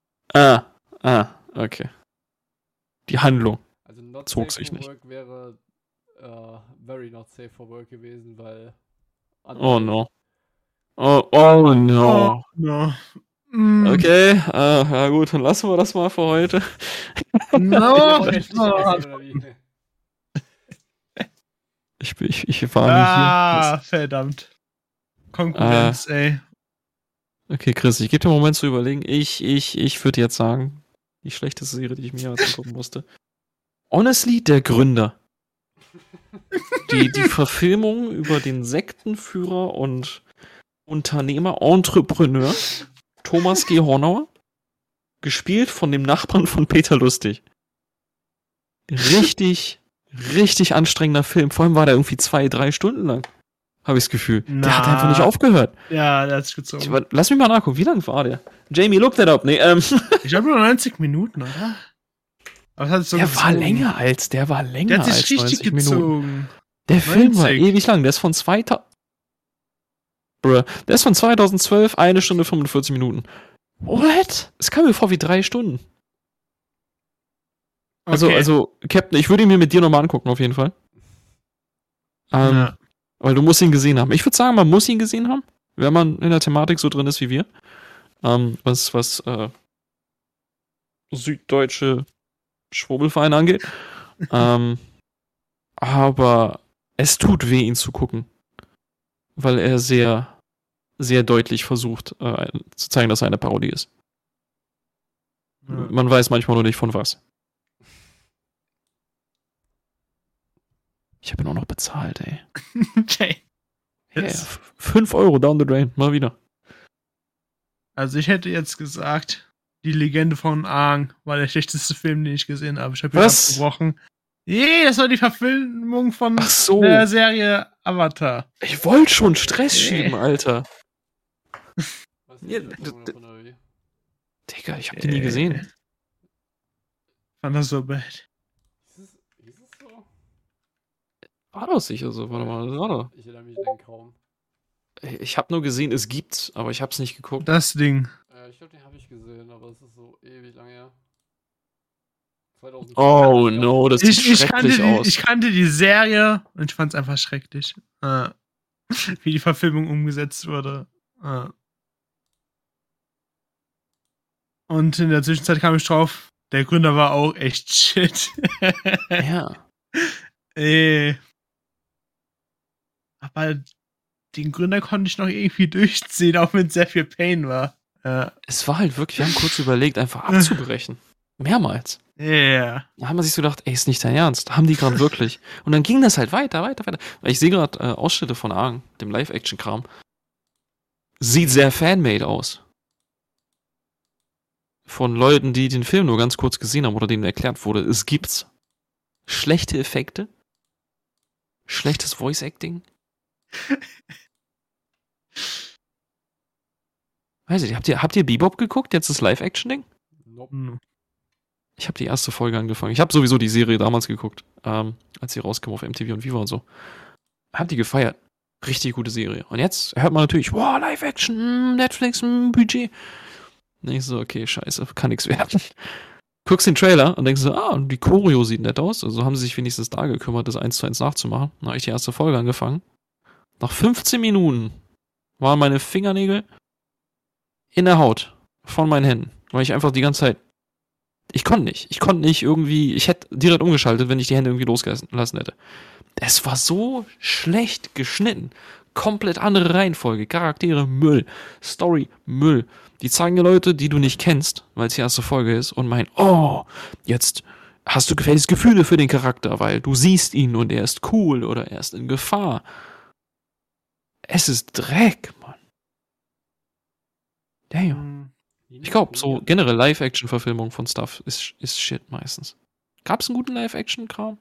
Okay. Die Handlung. Also not Zog safe sich for nicht. work wäre very not safe for work gewesen, weil Oh no. Oh no. No. Okay, ja gut, dann lassen wir das mal für heute. No. Ich war nicht Verdammt. Konkurrenz, ey. hier. Okay, Chris, ich gebe dir einen Moment zu überlegen. Ich würde jetzt sagen, die schlechteste Serie, die ich mir jemals angucken musste. Honestly, der Gründer. Die Verfilmung über den Sektenführer und Unternehmer, Entrepreneur Thomas G. Hornauer, gespielt von dem Nachbarn von Peter Lustig. Richtig anstrengender Film. Vor allem war der irgendwie 2-3 Stunden lang. Habe ich das Gefühl. Der hat einfach nicht aufgehört. Ja, der hat sich gezogen. Lass mich mal nachgucken, wie lang war der? Jamie, look that up. Nee, Ich glaube nur 90 Minuten, oder? Aber es hat sich so der gezogen. war länger als Der hat 90 sich richtig Minuten. gezogen. Der Film war 90. ewig lang. Der ist von 2012, 1 Stunde 45 Minuten. What? Es kam mir vor wie 3 Stunden. Okay. Also, Captain, ich würde ihn mir mit dir nochmal angucken, auf jeden Fall. Ja. Weil du musst ihn gesehen haben. Ich würde sagen, man muss ihn gesehen haben, wenn man in der Thematik so drin ist wie wir. Was süddeutsche Schwurbelvereine angeht. Aber es tut weh, ihn zu gucken. Weil er sehr, sehr deutlich versucht, zu zeigen, dass er eine Parodie ist. Ja. Man weiß manchmal nur nicht von was. Ich habe ihn auch noch bezahlt, ey. Okay. Yeah, 5 Euro down the drain, mal wieder. Also ich hätte jetzt gesagt, die Legende von Aang war der schlechteste Film, den ich gesehen habe. Ich habe ihn Was? abgebrochen. Nee, das war die Verfilmung von Ach so. der Serie Avatar. Ich wollte schon Stress schieben, Alter. Was Ja, ist das davon, oder wie? Digga, ich hab den nie gesehen. Fand das so bad. Ist es so? War doch sicher so, warte mal, das war doch. Ich erinnere mich dann kaum. Ich hab nur gesehen, es gibt's, aber ich hab's nicht geguckt. Das Ding. Ich glaube, den habe ich gesehen, aber es ist so ewig lange her. 2004. Oh no, das sieht Ich schrecklich aus. ich kannte die Serie und ich fand es einfach schrecklich. Wie die Verfilmung umgesetzt wurde. Und in der Zwischenzeit kam ich drauf, der Gründer war auch echt shit. Ja. Aber den Gründer konnte ich noch irgendwie durchziehen, auch wenn es sehr viel Pain war. Es war halt wirklich, wir haben kurz überlegt, einfach abzubrechen. Mehrmals. Yeah. Da haben wir sich so gedacht, ey, ist nicht dein Ernst. Haben die gerade wirklich. Und dann ging das halt weiter. Weil ich sehe gerade Ausschnitte von Aang, dem Live-Action-Kram. Sieht sehr fanmade aus. von Leuten, die den Film nur ganz kurz gesehen haben oder denen erklärt wurde, es gibt's schlechte Effekte, schlechtes Voice Acting. Weiß ich, habt ihr Bebop geguckt? Jetzt das Live-Action-Ding? Nope. Ich habe die erste Folge angefangen. Ich habe sowieso die Serie damals geguckt, als sie rauskam auf MTV und Viva und so. Hab die gefeiert. Richtig gute Serie. Und jetzt hört man natürlich, wow, Live-Action, Netflix, Budget. Und ich so, okay, scheiße, kann nichts werden. Guckst den Trailer und denkst so, die Choreo sieht nett aus. Also haben sie sich wenigstens da gekümmert, das 1:1 nachzumachen. Dann habe ich die erste Folge angefangen. Nach 15 Minuten waren meine Fingernägel in der Haut von meinen Händen. Weil ich einfach die ganze Zeit, ich konnte nicht irgendwie, ich hätte direkt umgeschaltet, wenn ich die Hände irgendwie losgelassen hätte. Es war so schlecht geschnitten. Komplett andere Reihenfolge. Charaktere, Müll. Story, Müll. Die zeigen dir Leute, die du nicht kennst, weil es die erste Folge ist und meinen, jetzt hast du gefälligst Gefühle für den Charakter, weil du siehst ihn und er ist cool oder er ist in Gefahr. Es ist Dreck, Mann. Damn. Ich glaube, so generell Live-Action-Verfilmung von Stuff ist Shit meistens. Gab's einen guten Live-Action-Kram?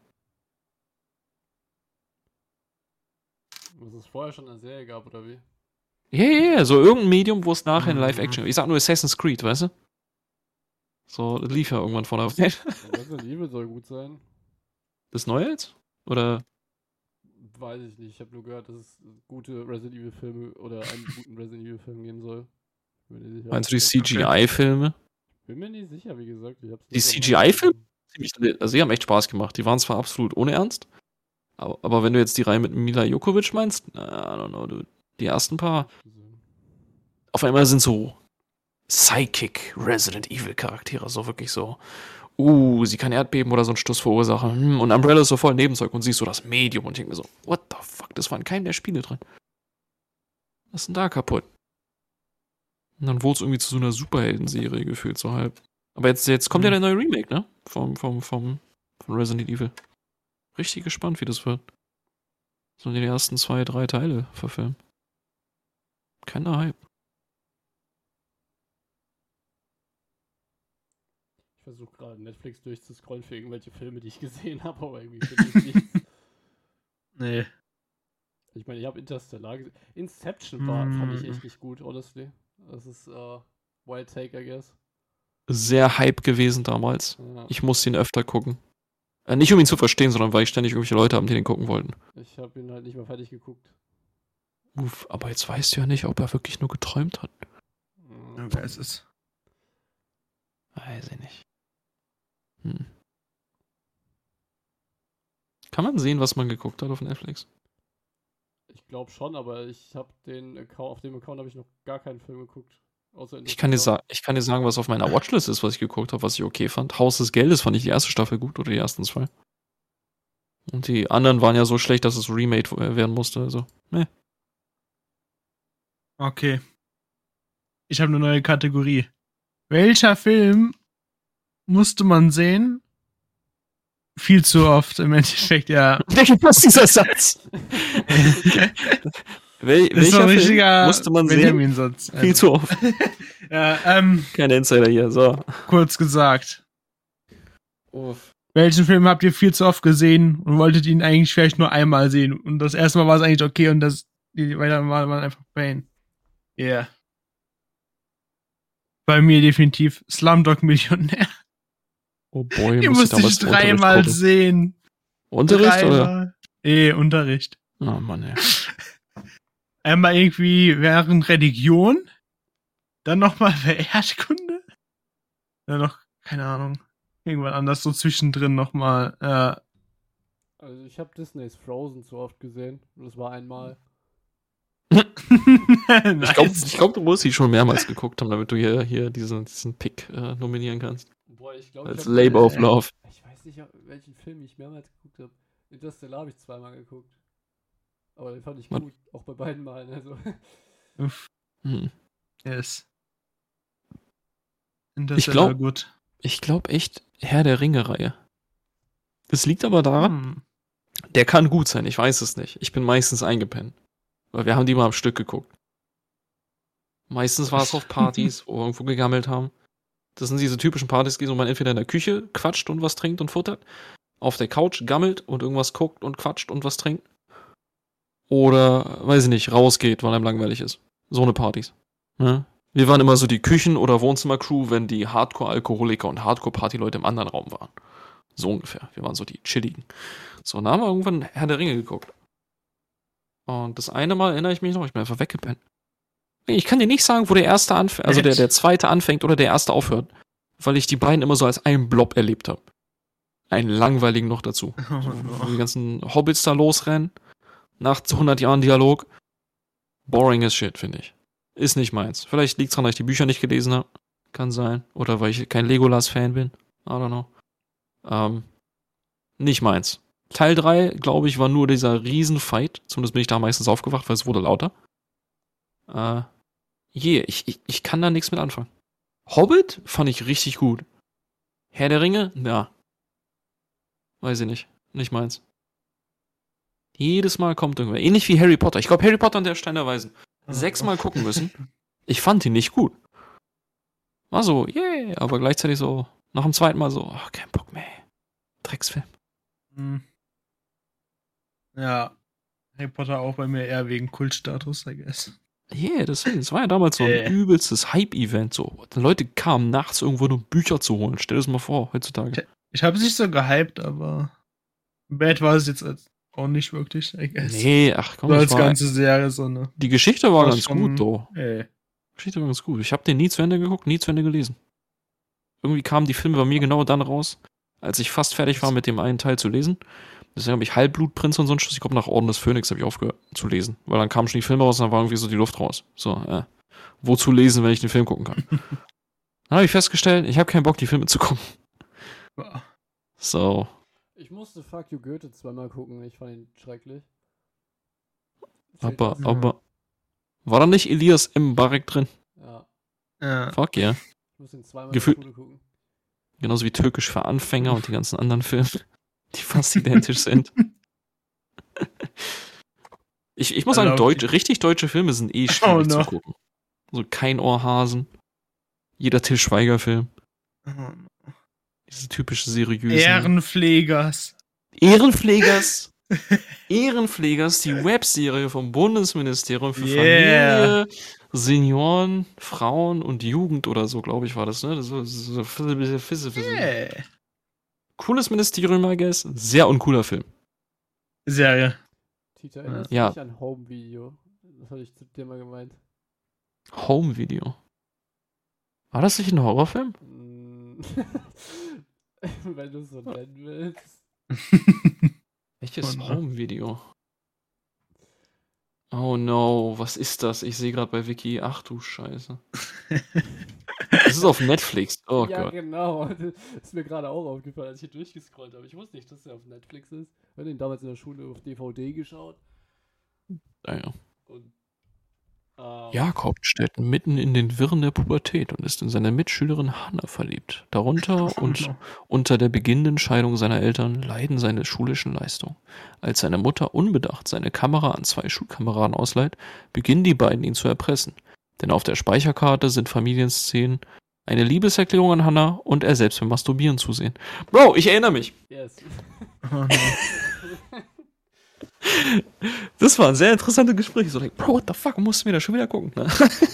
Was es vorher schon eine Serie gab, oder wie? Ja, so irgendein Medium, wo es nachher eine Live-Action. Ich sag nur Assassin's Creed, weißt du? So, das lief ja irgendwann von der Welt. Resident Evil soll gut sein. Das Neue jetzt? Oder? Weiß ich nicht. Ich habe nur gehört, dass es gute Resident Evil Filme oder einen guten Resident Evil Film geben soll. Bin mir nicht sicher. Meinst du die CGI-Filme? Bin mir nicht sicher, wie gesagt. Die CGI-Filme? Also, die haben echt Spaß gemacht. Die waren zwar absolut ohne Ernst, aber wenn du jetzt die Reihe mit Mila Jokovic meinst, I don't know, dude. Die ersten paar. Auf einmal sind so Psychic Resident Evil Charaktere, so wirklich so. Sie kann Erdbeben oder so einen Stoß verursachen. Und Umbrella ist so voll Nebenzeug und siehst so das Medium und ich denke mir so, what the fuck, das war in keinem der Spiele drin. Was ist denn da kaputt? Und dann wurde es irgendwie zu so einer Superhelden-Serie gefühlt, so halb. Aber jetzt kommt ja der neue Remake, ne? Von Resident Evil. Richtig gespannt, wie das wird. So die ersten 2, 3 Teile verfilmen. Keiner Hype. Ich versuche gerade Netflix durchzuscrollen für irgendwelche Filme, die ich gesehen habe, aber irgendwie finde ich nichts. Nee. Ich meine, ich habe Interstellar gesehen. Inception fand ich echt nicht gut, honestly. Das ist Wild Take, I guess. Sehr Hype gewesen damals. Ja. Ich musste ihn öfter gucken. Nicht um ihn zu verstehen, sondern weil ich ständig irgendwelche Leute haben, die den gucken wollten. Ich habe ihn halt nicht mal fertig geguckt. Aber jetzt weißt du ja nicht, ob er wirklich nur geträumt hat. Ja, wer ist es? Weiß ich nicht. Kann man sehen, was man geguckt hat auf Netflix? Ich glaube schon, aber ich habe auf dem Account habe ich noch gar keinen Film geguckt. Außer Ich kann dir sagen, was auf meiner Watchlist ist, was ich geguckt habe, was ich okay fand. Haus des Geldes fand ich die erste Staffel gut oder die ersten 2. Und die anderen waren ja so schlecht, dass es remade werden musste. Also, ne. Okay. Ich habe eine neue Kategorie. Welcher Film musste man sehen? Viel zu oft im Endeffekt, ja. Was ist dieser Satz? Welcher Film musste man sehen? Satz. Viel zu oft. Ja, Keine Insider hier, so. Kurz gesagt. Uff. Welchen Film habt ihr viel zu oft gesehen und wolltet ihn eigentlich vielleicht nur einmal sehen? Und das erste Mal war es eigentlich okay und die weiteren Mal waren einfach Pain. Yeah. Bei mir definitiv Slumdog Millionär. Oh boy, Den musste ich 3-mal sehen. Unterricht oder? Unterricht. Oh Mann, ey. Einmal irgendwie während Religion, dann nochmal Erdkunde, dann noch, keine Ahnung, irgendwann anders so zwischendrin nochmal. Also ich habe Disneys Frozen zu oft gesehen und das war einmal. Nice. Ich glaube, du musst sie schon mehrmals geguckt haben, damit du hier diesen Pick nominieren kannst. Boah, ich glaube, als Labor of Love. Ich weiß nicht, welchen Film ich mehrmals geguckt habe. Interstellar habe ich 2-mal geguckt. Aber den fand ich gut, auch bei beiden Malen. Also. Yes. Ich glaube echt Herr der Ringe-Reihe. Das liegt aber daran, der kann gut sein, ich weiß es nicht. Ich bin meistens eingepennt. Weil wir haben die mal am Stück geguckt. Meistens war es auf Partys, wo wir irgendwo gegammelt haben. Das sind diese typischen Partys, wo man entweder in der Küche quatscht und was trinkt und futtert, auf der Couch gammelt und irgendwas guckt und quatscht und was trinkt. Oder, weiß ich nicht, rausgeht, weil einem langweilig ist. So eine Partys. Ne? Wir waren immer so die Küchen- oder Wohnzimmer-Crew, wenn die Hardcore-Alkoholiker und Hardcore-Party-Leute im anderen Raum waren. So ungefähr. Wir waren so die Chilligen. So, dann haben wir irgendwann Herr der Ringe geguckt. Und das eine Mal erinnere ich mich noch, ich bin einfach weggepennt. Ich kann dir nicht sagen, wo der erste anfängt, also der zweite anfängt oder der erste aufhört. Weil ich die beiden immer so als einen Blob erlebt habe. Einen langweiligen noch dazu. Wo die ganzen Hobbits da losrennen. Nach 100 Jahren Dialog. Boring as shit, finde ich. Ist nicht meins. Vielleicht liegt es daran, dass ich die Bücher nicht gelesen habe. Kann sein. Oder weil ich kein Legolas-Fan bin. I don't know. Nicht meins. Teil 3, glaube ich, war nur dieser Riesenfight. Zumindest bin ich da meistens aufgewacht, weil es wurde lauter. Ich kann da nichts mit anfangen. Hobbit fand ich richtig gut. Herr der Ringe? Ja. Weiß ich nicht. Nicht meins. Jedes Mal kommt irgendwer. Ähnlich wie Harry Potter. Ich glaube, Harry Potter und der Stein der Weisen. 6 Mal gucken müssen. Ich fand ihn nicht gut. War so, yeah, aber gleichzeitig so, nach dem zweiten Mal so, kein Bock mehr. Drecksfilm. Ja. Harry Potter auch bei mir eher wegen Kultstatus, I guess. Yeah, deswegen. Es war ja damals so ein übelstes Hype-Event. So. Die Leute kamen nachts irgendwo nur Bücher zu holen. Stell dir das mal vor, heutzutage. Ich habe es nicht so gehypt, aber bad war es jetzt auch nicht wirklich, I guess. Nee, ach komm, so als ganze Serie so eine. Die Geschichte war ganz schon, gut, though. Geschichte war ganz gut. Ich habe den nie zu Ende geguckt, nie zu Ende gelesen. Irgendwie kamen die Filme bei mir genau dann raus, als ich fast fertig war mit dem einen Teil zu lesen. Deswegen habe ich Halbblutprinz und so einen Schuss. Ich glaube, nach Orden des Phönix habe ich aufgehört zu lesen. Weil dann kamen schon die Filme raus und dann war irgendwie so die Luft raus. So, wozu lesen, wenn ich den Film gucken kann? Dann habe ich festgestellt, ich habe keinen Bock, die Filme zu gucken. So. Ich musste Fuck You Goethe zweimal gucken. Ich fand ihn schrecklich. Aber war da nicht Elias M. Barek drin? Ja. Fuck yeah. Ich muss ihn zweimal in der Schule gucken. Genauso wie Türkisch für Anfänger und die ganzen anderen Filme, die fast identisch sind. Ich muss sagen, richtig deutsche Filme sind schwierig zu gucken. So Kein Ohrhasen. Jeder Til Schweiger-Film. Diese typische seriöse. Ehrenpflegers, die Webserie vom Bundesministerium für Familie, Senioren, Frauen und Jugend oder so, glaube ich, war das, ne? Cooles Ministerium, I guess. Sehr uncooler Film. Serie. Tita, erinnerst du dich an Home Video? Das hatte ich zu dir mal gemeint. Home Video? War das nicht ein Horrorfilm? Wenn du es so nennen willst. Welches Home Video? Oh no, was ist das? Ich sehe gerade bei Wiki. Ach du Scheiße. Das ist auf Netflix. Oh Gott. Ja, genau. Das ist mir gerade auch aufgefallen, als ich hier durchgescrollt habe. Ich wusste nicht, dass der auf Netflix ist. Ich habe ihn damals in der Schule auf DVD geschaut. Ja. Und, Jakob steht mitten in den Wirren der Pubertät und ist in seine Mitschülerin Hanna verliebt. Darunter und unter der beginnenden Scheidung seiner Eltern leiden seine schulischen Leistungen. Als seine Mutter unbedacht seine Kamera an 2 Schulkameraden ausleiht, beginnen die beiden ihn zu erpressen. Denn auf der Speicherkarte sind Familienszenen, eine Liebeserklärung an Hannah und er selbst beim Masturbieren zu sehen. Bro, ich erinnere mich. Yes. Das war ein sehr interessantes Gespräch. So, Bro, what the fuck, mussten wir da schon wieder gucken? Ne?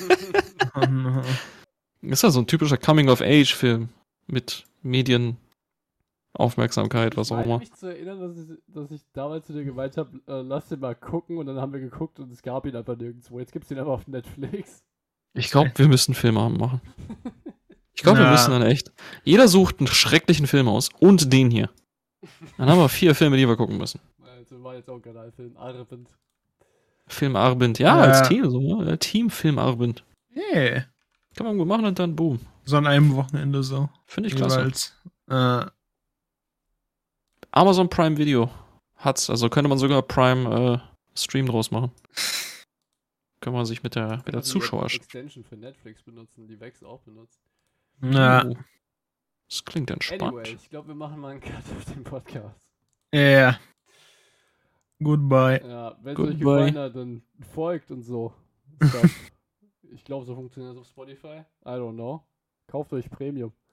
Das ist ja so ein typischer Coming-of-Age-Film mit Medienaufmerksamkeit, was auch immer. Ich mich zu erinnern, dass ich damals zu dir gemeint habe, lass den mal gucken, und dann haben wir geguckt und es gab ihn einfach nirgendwo. Jetzt gibt's ihn aber auf Netflix. Ich glaube, wir müssen Filme machen. Ich glaube, wir müssen dann echt. Jeder sucht einen schrecklichen Film aus und den hier. Dann haben wir 4 Filme, die wir gucken müssen. Also war jetzt auch ein Kanalfilm. Arbind. Film Arbind, als Team, so, ne? Team Film Arbind. Yeah. Kann man gut machen und dann boom. So an einem Wochenende so. Finde ich klasse. Jeweils. Amazon Prime Video hat's, also könnte man sogar Prime Stream draus machen. Kann man sich mit der Zuschauer... Die Extension für Netflix benutzen, die Vex auch benutzt. Ja. Das klingt entspannt. Anyway, ich glaube, wir machen mal einen Cut auf den Podcast. Yeah. Goodbye. Ja, wenn es euch gefallen hat, dann folgt und so. Ich glaube, so funktioniert das auf Spotify. I don't know. Kauft euch Premium.